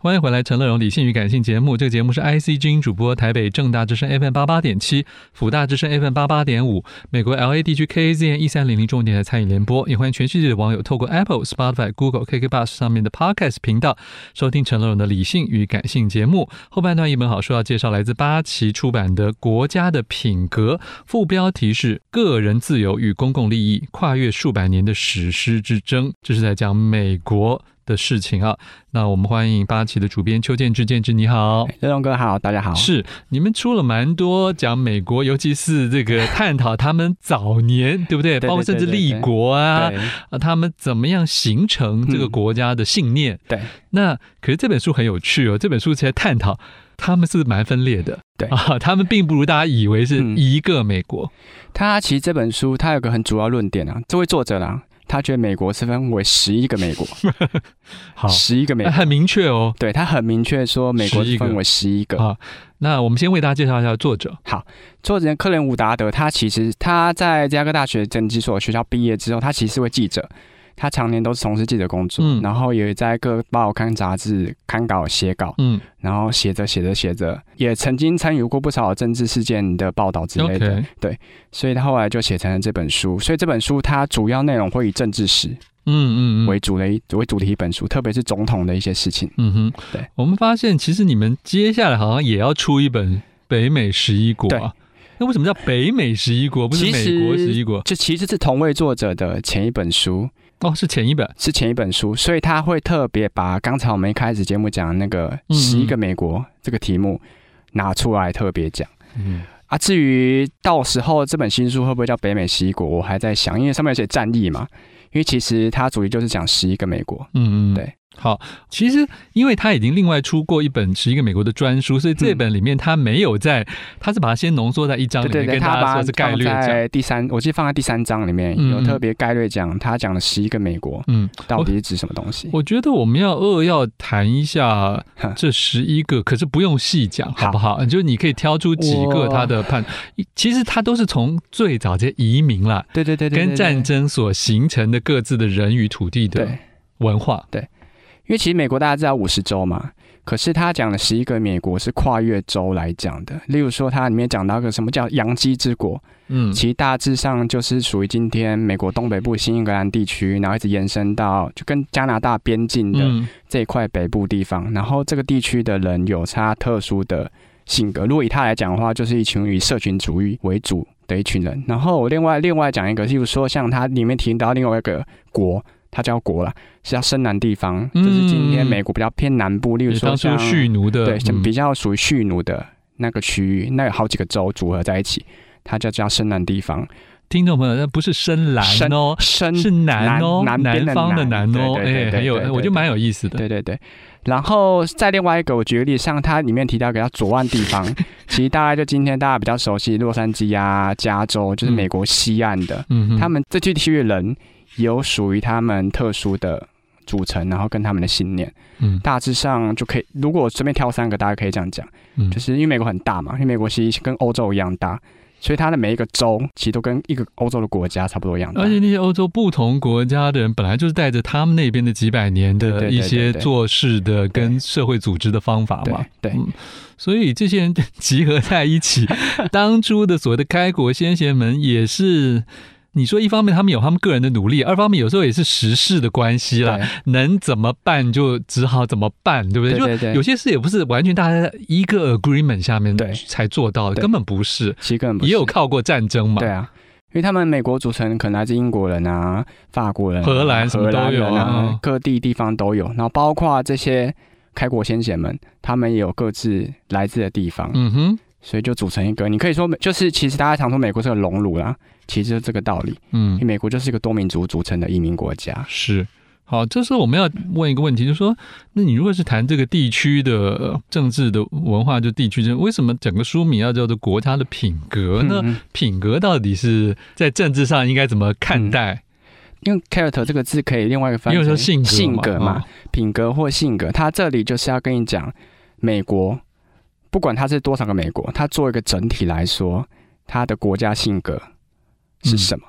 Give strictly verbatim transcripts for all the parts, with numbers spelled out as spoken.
欢迎回来，陈乐融理性与感性节目。这个节目是 I C 之音主播，台北正大之声 F M 八八点七，辅大之声 F M 八八点五，美国 L A 地区 K A Z N 一三零零中文电台参与联播。也欢迎全世界的网友透过 Apple、Spotify、Google、K K B O X 上面的 Podcast 频道收听陈乐融的理性与感性节目。后半段一本好书要介绍来自八旗出版的《国家的品格》，副标题是个人自由与公共利益跨越数百年的史诗之争，这是在讲美国的事情啊。那我们欢迎八旗的主编邱建志，建志你好。 乐融哥好，大家好。 是，你们出了蛮多讲美国，尤其是这个探讨他们早年对不对，包括甚至立国啊，啊他们怎么样形成这个国家的信念、嗯、 对。 那可是这本书很有趣哦，这本书在探讨他们是蛮分裂的， 对啊，他们并不如大家以为是一个美国、嗯、 他其实这本书他有个很主要论点啊，这位作者啦，他觉得美国是分为十一个美国， 好， 十一个美国， 很明确哦。 对，他很明确说美国是分为十一个。 好，那我们先为大家介绍一下作者。 好，作者克伦伍达德，他其实他在芝加哥大学政治所学校毕业之后，他其实是位记者。他常年都是从事记者工作、嗯、然后也在各报刊杂志刊稿写稿、嗯、然后写着写着写着也曾经参与过不少政治事件的报道之类的、okay. 对，所以他后来就写成了这本书。所以这本书它主要内容会以政治史嗯嗯为主的为主的一本书，特别是总统的一些事情。 嗯哼，对。我们发现其实你们接下来好像也要出一本北美十一国啊。那为什么叫北美十一国不是美国十一国？ 这其实是同位作者的前一本书哦，是前一本， 是前一本书，所以他会特别把刚才我们一开始节目讲的那个十一个美国这个题目拿出来特别讲。嗯啊，至于到时候这本新书会不会叫北美十一国，我还在想，因为上面有写战役嘛，因为其实它主题就是讲十一个美国。嗯嗯，对。 好，其实因为他已经另外出过一本十一个美国的专书，所以这本里面他没有在，他是把它先浓缩在一章里面， 对对对， 跟大家说是概略讲。 在第三，我记得放在第三章里面、嗯、有特别概略讲，他讲了十一个美国，嗯，到底是指什么东西？ 我, 我觉得我们要扼要谈一下这十一个，可是不用细讲，好不好？就是你可以挑出几个他的判，其实他都是从最早这些移民啦， 对对 对, 对, 对, 对, 对， 跟战争所形成的各自的人与土地的文化， 对。对，因为其实美国大家知道五十州嘛，可是他讲的十一个美国是跨越州来讲的。例如说，他里面讲到个什么叫洋基之国，嗯，其实大致上就是属于今天美国东北部新英格兰地区，然后一直延伸到就跟加拿大边境的这一块北部地方。然后这个地区的人有他特殊的性格，如果以他来讲的话，就是一群以社群主义为主的一群人。然后我另外另外讲一个，例如说像他里面提到另外一个国。它叫国啦，是叫深南地方、嗯，就是今天美国比较偏南部，例如说像蓄奴的， 对，嗯、比较属于蓄奴的那个区域，那有好几个州组合在一起，它就叫深南地方。 听众朋友，那不是深蓝哦， 深是南哦， 南南方的南哦， 哎， 很有，我觉得蛮有意思的。 对对对。然后再另外一个，我举个例，像它里面提到一个叫左岸地方，其实大概就今天大家比较熟悉洛杉矶啊、加州，就是美国西岸的，嗯、他们这区地域的人。有属于他们特殊的组成，然后跟他们的信念，嗯，大致上就可以。如果我随便挑三个，大家可以这样讲，嗯，就是因为美国很大嘛，因为美国其实跟欧洲一样大，所以它的每一个州其实都跟一个欧洲的国家差不多一样大。 而且那些欧洲不同国家的人，本来就是带着他们那边的几百年的一些做事的跟社会组织的方法嘛， 对。对对嗯所以这些人集合在一起，当初的所谓的开国先贤们也是。你说一方面他们有他们个人的努力，二方面有时候也是时事的关系啦，能怎么办就只好怎么办，对不对？ 对对对， 就有些事也不是完全大家在一个 agreement 下面才做到的，根本不是， 其实根本不是， 也有靠过战争嘛。 对啊，因为他们美国组成可能来自英国人啊、法国人、啊、 荷兰什么都有啊， 啊各地地方都有，然后包括这些开国先贤们，他们也有各自来自的地方。嗯哼。所以就组成一个，你可以说就是其实大家常说美国是个熔炉啦，其实就是这个道理。嗯，因为美国就是一个多民族组成的移民国家。 是，好，这时候我们要问一个问题，就是说，那你如果是谈这个地区的政治的文化，就地区政，为什么整个书名要叫做国家的品格呢？嗯、品格到底是在政治上应该怎么看待？嗯因为 character 这个字可以另外一个翻译成性格嘛，性格嘛、哦，品格或性格。它这里就是要跟你讲美国。不管它是多少个美国，它做一个整体来说，它的国家性格是什么？嗯、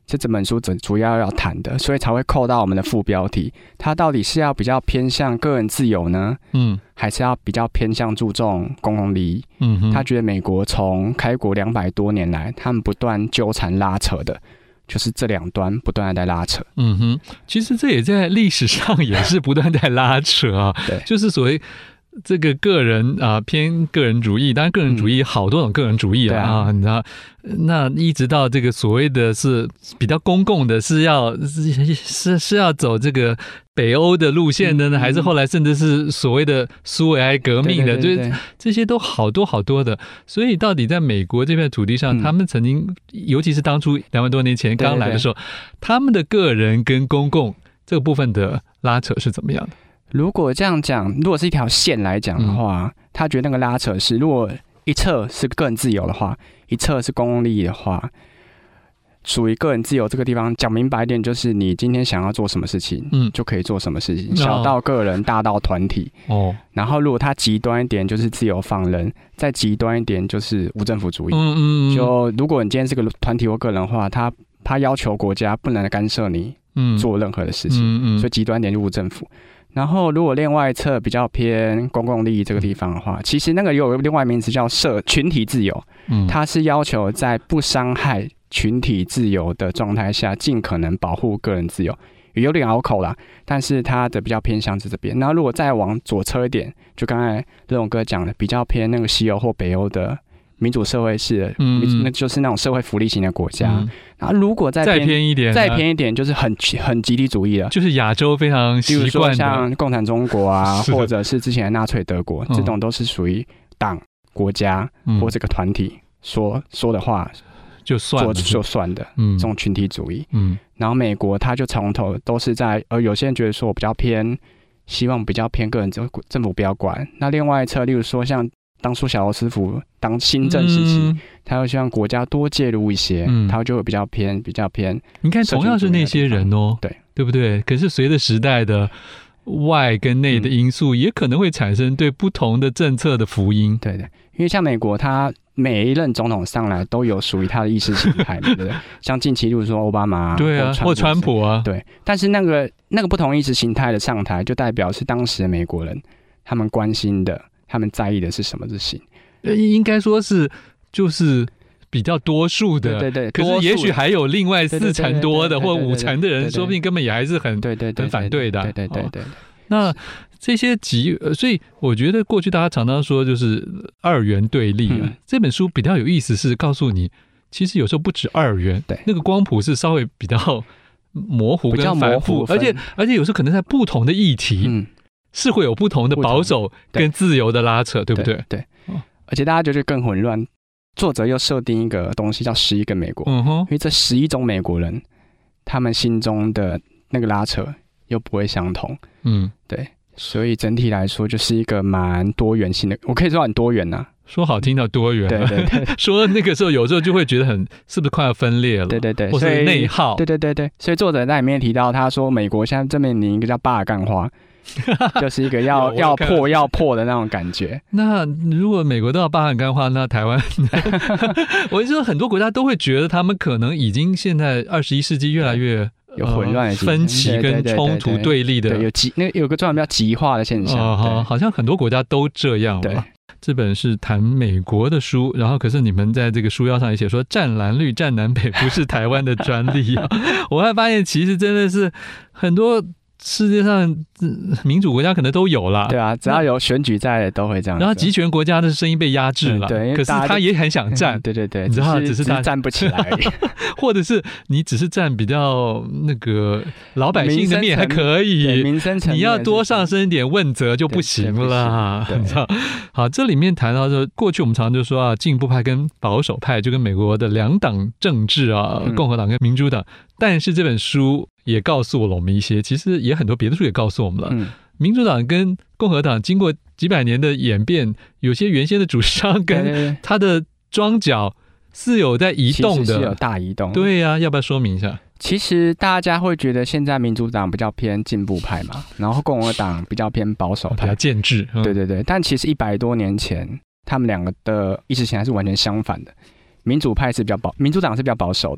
是这本书主主要要谈的，所以才会扣到我们的副标题。它到底是要比较偏向个人自由呢？嗯，还是要比较偏向注重公共利益？嗯哼，他觉得美国从开国两百多年来，他们不断纠缠拉扯的，就是这两端不断的在拉扯。 嗯哼，其实这也在历史上也是不断在拉扯啊。对，就是所谓。这个个人啊、呃、偏个人主义，当然个人主义好多种个人主义啊，嗯、啊你知道，那一直到这个所谓的是比较公共的，是要是是是要走这个北欧的路线的呢，嗯、还是后来甚至是所谓的苏维埃革命的，就是这些都好多好多的。所以到底在美国这片土地上，嗯、他们曾经，尤其是当初两万多年前刚来的时候，对对对他们的个人跟公共这个部分的拉扯是怎么样的？ 如果这样讲，如果是一条线来讲的话，嗯、他觉得那个拉扯是，如果一侧是个人自由的话，一侧是公共利益的话，属于个人自由这个地方，讲明白一点，就是你今天想要做什么事情，嗯，就可以做什么事情，小到个人，大到团体。哦。然后如果他极端一点，就是自由放任；再极端一点，就是无政府主义。嗯嗯。就如果你今天是个团体或个人的话，他他要求国家不能干涉你做任何的事情，嗯嗯、所以极端点就无政府。然后，如果另外一侧比较偏公共利益这个地方的话，其实那个有另外名词叫社群体自由，嗯，它是要求在不伤害群体自由的状态下，尽可能保护个人自由，有点拗口啦，但是它的比较偏向是这边。那如果再往左侧一点，就刚才乐荣哥讲的，比较偏那个西欧或北欧的民主社会式的，嗯，那就是那种社会福利型的国家。嗯、然后如果再偏再偏一点， 再偏一点，就是很很集体主义的， 就是亚洲非常习惯的，比如说像共产中国啊，或者是之前的纳粹德国，这种都是属于党、国家、嗯、或这个团体说说的话就算了就算的，嗯，这种群体主义。嗯，然后美国它就从头都是在，而有些人觉得说我比较偏，希望比较偏个人政府不要管。那另外一侧，例如说像。当初小罗斯福当新政时期，嗯、他会希望国家多介入一些，嗯、他就会比较偏比较偏。 你看，同样是那些人哦， 对对不对？可是随着时代的外跟内的因素，嗯、也可能会产生对不同的政策的福音。 对对，因为像美国，他每一任总统上来都有属于他的意识形态，对不对？像近期，例如说奥巴马， 对啊，或川普啊， 对。但是那个那个不同意识形态的上台，就代表是当时的美国人他们关心的。他们在意的是什么事情？ 应该说是就是比较多数的， 对对对。 可是也许还有另外四成多的或五成的人，说不定根本也还是很对对很反对的。 对对对对。 那这些极，所以我觉得过去大家常常说就是二元对立啊。嗯、这本书比较有意思，是告诉你，其实有时候不止二元， 对， 那个光谱是稍微比较模糊跟反复，而且而且有时候可能在不同的议题。嗯是会有不同的保守跟自由的拉扯， 对, 对不对？ 对，对而且大家觉得更混乱。作者又设定一个东西叫十一个美国，嗯哼，因为这十一种美国人，他们心中的那个拉扯又不会相同，嗯，对，所以整体来说就是一个蛮多元性的，我可以说很多元呐、啊。 说好听到多元、啊， 对对对， 说那个时候有时候就会觉得很是不是快要分裂了？ 对对对， 或是内耗， 对对对对，所以作者在里面提到，他说美国现在正面临一个叫巴尔干化。就是一个要要破要破的那种感觉。 那如果美国都要巴尔干化，那台湾，我就说很多国家都会觉得他们可能已经现在二十一世纪越来越有混乱的、呃、 分歧跟冲突对立的， 对有极那有个专门叫极化的现象、 呃，好像很多国家都这样了。 对， 这本是谈美国的书，然后可是你们在这个书腰上也写说战蓝绿战南北不是台湾的专利啊。我还发现其实真的是很多。世界上民主国家可能都有啦， 对啊，只要有选举在都会这样。 然后集权国家的声音被压制了，嗯、 对， 可是他也很想站， 对对对， 你知道，只是他站不起来而已， 或者是你只是站比较那个老百姓的面还可以， 民生层面， 你要多上升一点问责就不行了，你知道？好，这里面谈到说，过去我们常常就说啊，进步派跟保守派就跟美国的两党政治啊，嗯、共和党跟民主党，但是这本书。也告诉了我们一些，其实也很多别的书也告诉我们了。嗯、民主党跟共和党经过几百年的演变，有些原先的主张跟他的庄脚是有在移动的， 其实是有大移动。 对呀、啊，要不要说明一下？ 其实大家会觉得现在民主党比较偏进步派嘛，然后共和党比较偏保守派， 比较建制。 嗯、对对对，但其实一百多年前，他们两个的意识形态是完全相反的。民主派是比较保，民主党是比较保守的。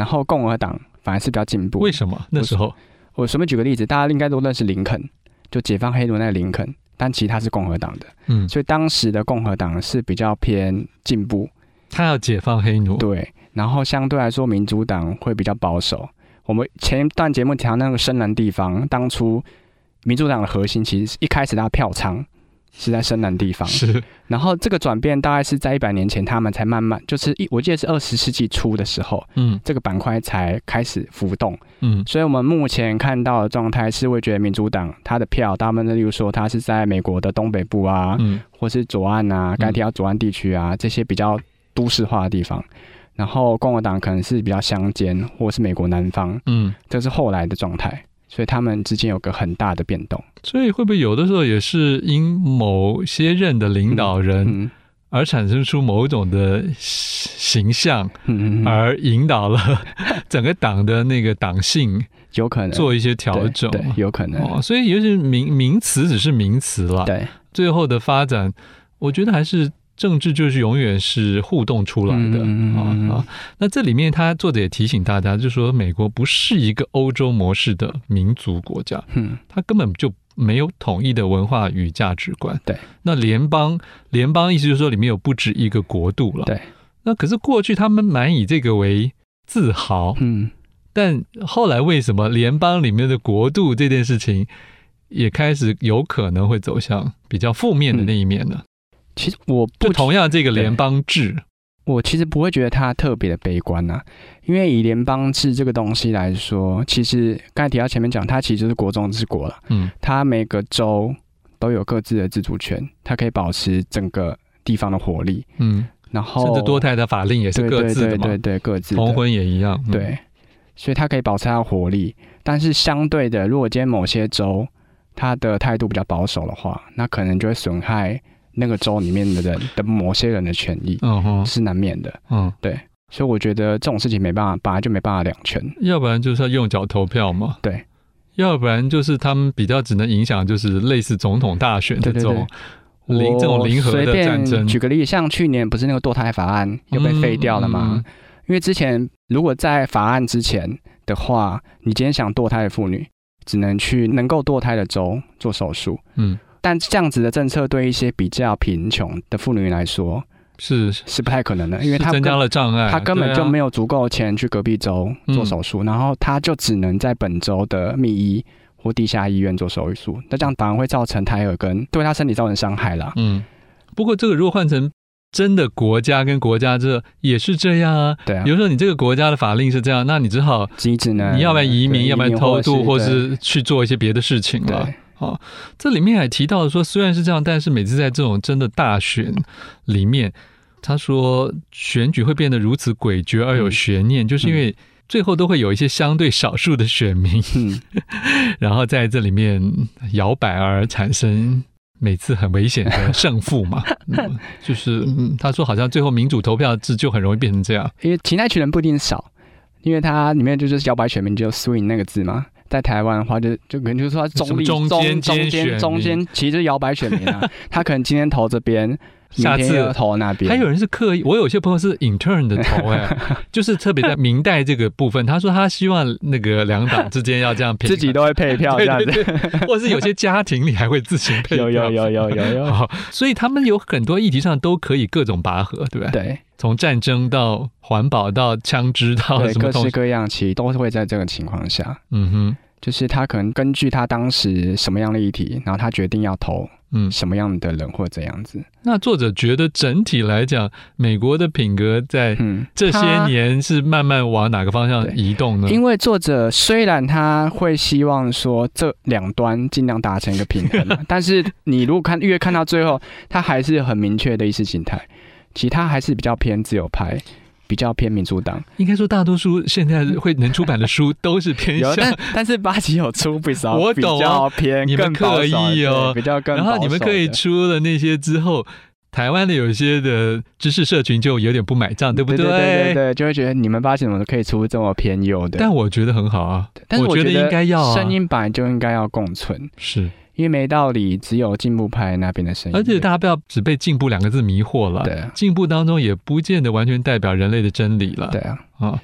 然后共和党反而是比较进步。 为什么那时候？ 我随便举个例子，大家应该都认识林肯，就解放黑奴那个林肯，但其实他是共和党的，嗯，所以当时的共和党是比较偏进步， 他要解放黑奴， 对，然后相对来说民主党会比较保守。我们前一段节目提到那个深蓝地方，当初民主党的核心其实一开始他的票仓是在深蓝地方， 是， 然后这个转变大概是在一百年前，他们才慢慢，就是我记得是二十世纪初的时候，嗯，这个板块才开始浮动，嗯，所以我们目前看到的状态是会觉得民主党他的票，他们例如说他是在美国的东北部啊，嗯，或是左岸啊，刚才提到左岸地区啊，这些比较都市化的地方。然后共和党可能是比较乡间，或是美国南方，嗯，这是后来的状态，所以他们之间有个很大的变动。 所以会不会有的时候也是因某些任的领导人而产生出某种的形象，而引导了整个党的那个党性， 有可能做一些调整， 对，对有可能。 哦，所以尤其是名名词只是名词了， 对， 最后的发展，我觉得还是。政治就是永远是互动出来的、嗯嗯、啊, 啊！那这里面他作者也提醒大家，就是说美国不是一个欧洲模式的民族国家，嗯，它根本就没有统一的文化与价值观。 对， 那联邦联邦意思就是说里面有不止一个国度了。 对， 那可是过去他们蛮以这个为自豪，嗯，但后来为什么联邦里面的国度这件事情也开始有可能会走向比较负面的那一面呢？嗯其实我不就同样这个联邦制， 我其实不会觉得它特别的悲观啊，因为以联邦制这个东西来说，其实刚才提到前面讲，它其实就是国中之国了，嗯，它每个州都有各自的自主权，它可以保持整个地方的活力，嗯，然后甚至多胎的法令也是各自的嘛， 对对对对，各自的同婚也一样， 嗯、对，所以它可以保持它的活力，但是相对的，如果今天某些州它的态度比较保守的话，那可能就会损害那个州里面的人的某些人的权益，嗯，是难免的，嗯，对，所以我觉得这种事情没办法，本来就没办法两全， 要不然就是要用脚投票嘛， 对， 要不然就是他们比较只能影响，就是类似总统大选这种零这种零和的战争。 举个例，像去年不是那个堕胎法案又被废掉了吗？嗯嗯、因为之前如果在法案之前的话，你今天想堕胎的妇女，只能去能够堕胎的州做手术，嗯。但这样子的政策对一些比较贫穷的妇女来说是是不太可能的，因为他增加了障碍， 他根本就没有足够钱去隔壁州做手术，嗯、然后他就只能在本州的密医或地下医院做手术，那这样当然会造成胎儿跟对他身体造成伤害啦。 嗯，不过这个如果换成真的国家跟国家，这也是这样啊。 对啊， 比如说你这个国家的法令是这样，那你只好机制呢， 你要不然移民，要不然偷渡，或是去做一些别的事情了。哦，这里面还提到说，虽然是这样，但是每次在这种真的大选里面，他说选举会变得如此诡谲而有悬念，嗯、就是因为最后都会有一些相对少数的选民，嗯、然后在这里面摇摆而产生每次很危险的胜负嘛。嗯、就是、嗯、他说好像最后民主投票制就很容易变成这样， 因为其那群人不一定少，因为他里面就是摇摆选民就 swing 那个字嘛。在台湾的话就，就就可能就是说中立、 中间、 中间、中间，其实就是摇摆选民啊。他可能今天投这边， 下次又投那边。 还有人是刻意，我有些朋友是 intern 的投哎、欸，就是特别在明代这个部分，他说他希望那个两党之间要这样平， 自己都会配票这样子， 对对对，或是有些家庭里还会自行配票， 有有有有有有。 所以他们有很多议题上都可以各种拔河，对不对？ 对。 从战争到环保到枪支到什么各式各样，其实都会在这个情况下，嗯哼。就是他可能根据他当时什么样的议题，然后他决定要投什么样的人或怎样子。 那作者觉得整体来讲，美国的品格在这些年是慢慢往哪个方向移动呢？ 因为作者虽然他会希望说这两端尽量达成一个平衡，但是你如果看越看到最后，他还是很明确的意识形态，其实他还是比较偏自由派。比较偏民主党， 应该说大多数现在会能出版的书都是偏向， 但, 但是八旗有出不少， 我懂、啊、 比较偏你们刻意哦， 比较更然后你们可以出了那些之后，台湾的有些的知识社群就有点不买账，对不对？ 对对对对对，就会觉得你们八旗怎么可以出这么偏右的？ 但我觉得很好啊， 但是我觉得应该要声音本来就应该要共存， 是。 因为没道理只有进步派那边的声音， 而且大家不要只被进步两个字迷惑了。 对、啊， 进步当中也不见得完全代表人类的真理了。 对啊，啊，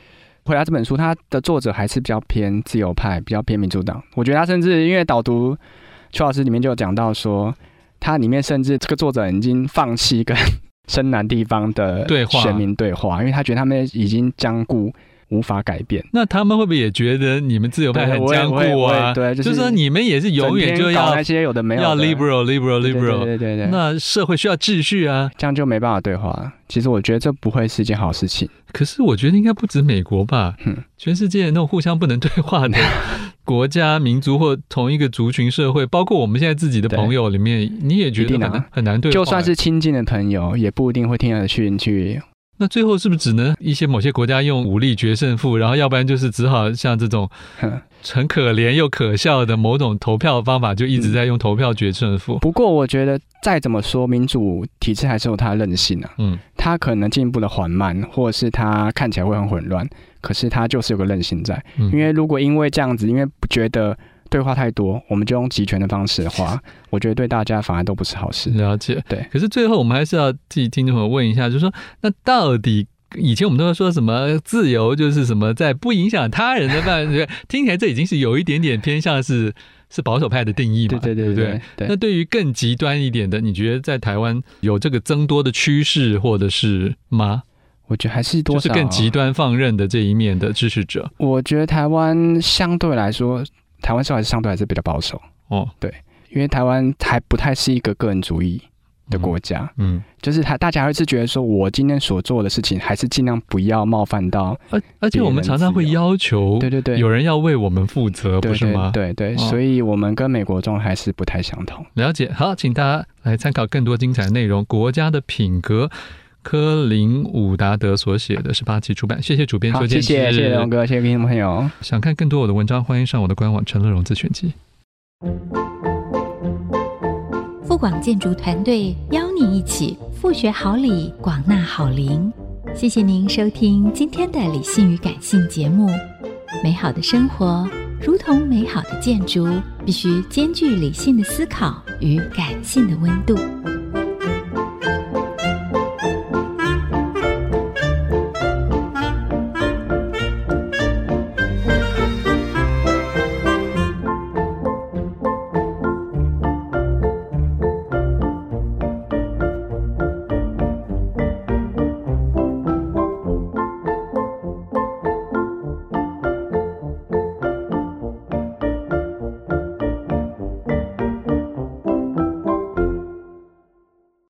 回答这本书，他的作者还是比较偏自由派，比较偏民主党。我觉得他甚至因为导读邱老师里面就有讲到说，他里面甚至这个作者已经放弃跟深南地方的选民对话，因为他觉得他们已经僵固无法改变。 那他们会不会也觉得你们自由派很僵固啊？ 对， 就是说你们也是永远就要那些有的没有的要 liberal liberal liberal， 对对对对， 那社会需要秩序啊， 这样就没办法对话。其实我觉得这不会是一件好事情。 可是我觉得应该不止美国吧，嗯、全世界那种互相不能对话的国家、民族或同一个族群社会，包括我们现在自己的朋友里面，你也觉得很难、啊、很难对话。 就算是亲近的朋友，也不一定会听得去去。 那最后是不是只能一些某些国家用武力决胜负，然后要不然就是只好像这种很可怜又可笑的某种投票方法，就一直在用投票决胜负、嗯、 不过我觉得再怎么说民主体制还是有它的韧性啊，嗯，它可能进步的缓慢，或者是它看起来会很混乱，可是它就是有个韧性在、嗯、因为如果因为这样子，因为不觉得对话太多，我们就用集权的方式的话，我觉得对大家反而都不是好事。 了解， 对。可是最后我们还是要替听众朋友问一下，就是说，那到底以前我们都说什么自由就是什么在不影响他人的范围，听起来这已经是有一点点偏向是是保守派的定义嘛？ 对对对 对, 对, 对。那对于更极端一点的，你觉得在台湾有这个增多的趋势，或者是吗？ 我觉得还是多少就是更极端放任的这一面的支持者。 我觉得台湾相对来说。台湾社会还是相对还是比较保守哦，对，因为台湾还不太是一个个人主义的国家，嗯，嗯就是他大家还是觉得说，我今天所做的事情还是尽量不要冒犯到， 而而且我们常常会要求， 对对对， 有人要为我们负责，不是吗？ 对对 对, 对、哦，所以我们跟美国中还是不太相同。 了解，好，请大家来参考更多精彩内容，《国家的品格》。科林伍达德所写的，十八期出版。谢谢主编邱建志， 谢谢谢谢龙哥，谢谢听众朋友。 想看更多我的文章，欢迎上我的官网陈乐融自选集。 富广建筑团队邀你一起复学好礼，广纳好邻。谢谢您收听今天的理性与感性节目。美好的生活如同美好的建筑，必须兼具理性的思考与感性的温度。